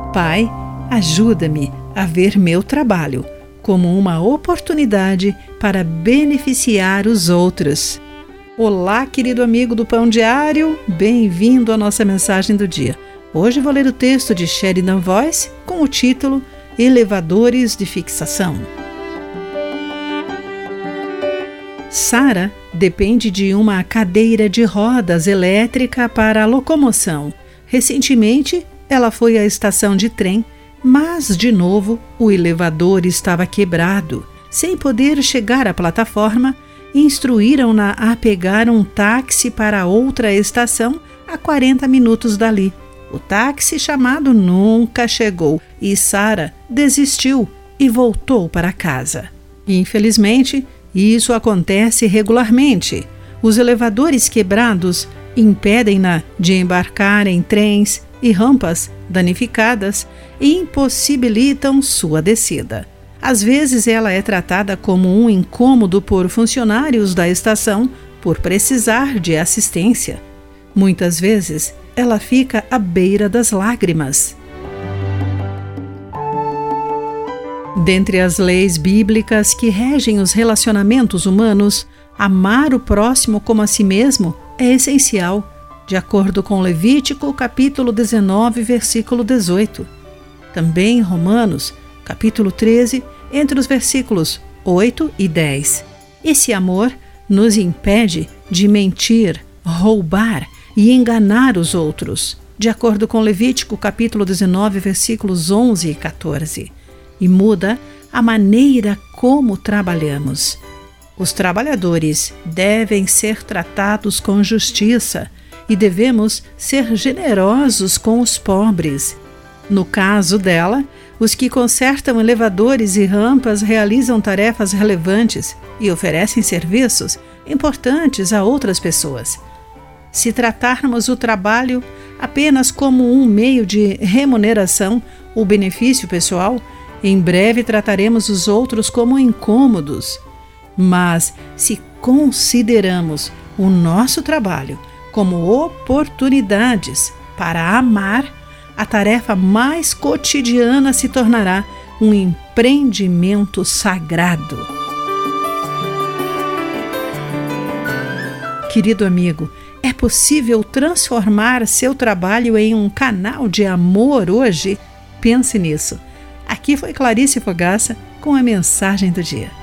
Pai, ajuda-me a ver meu trabalho como uma oportunidade para beneficiar os outros. Olá, querido amigo do Pão Diário, bem-vindo à nossa mensagem do dia. Hoje vou ler o texto de Sheridan Voice com o título Elevadores de Fixação. Sarah depende de uma cadeira de rodas elétrica para a locomoção. Recentemente, ela foi à estação de trem, mas, de novo, o elevador estava quebrado. Sem poder chegar à plataforma, instruíram-na a pegar um táxi para outra estação a 40 minutos dali. O táxi chamado nunca chegou e Sarah desistiu e voltou para casa. Infelizmente, isso acontece regularmente. Os elevadores quebrados impedem-na de embarcar em trens e rampas danificadas e impossibilitam sua descida. Às vezes ela é tratada como um incômodo por funcionários da estação por precisar de assistência. Muitas vezes ela fica à beira das lágrimas. Dentre as leis bíblicas que regem os relacionamentos humanos, amar o próximo como a si mesmo é essencial, de acordo com Levítico, capítulo 19, versículo 18. Também em Romanos, capítulo 13, entre os versículos 8 e 10. Esse amor nos impede de mentir, roubar e enganar os outros, de acordo com Levítico, capítulo 19, versículos 11 e 14. E muda a maneira como trabalhamos. Os trabalhadores devem ser tratados com justiça e devemos ser generosos com os pobres. No caso dela, os que consertam elevadores e rampas realizam tarefas relevantes e oferecem serviços importantes a outras pessoas. Se tratarmos o trabalho apenas como um meio de remuneração ou benefício pessoal, em breve trataremos os outros como incômodos. Mas, se consideramos o nosso trabalho como oportunidades para amar, a tarefa mais cotidiana se tornará um empreendimento sagrado. Querido amigo, é possível transformar seu trabalho em um canal de amor hoje? Pense nisso. Aqui foi Clarice Fogaça com a mensagem do dia.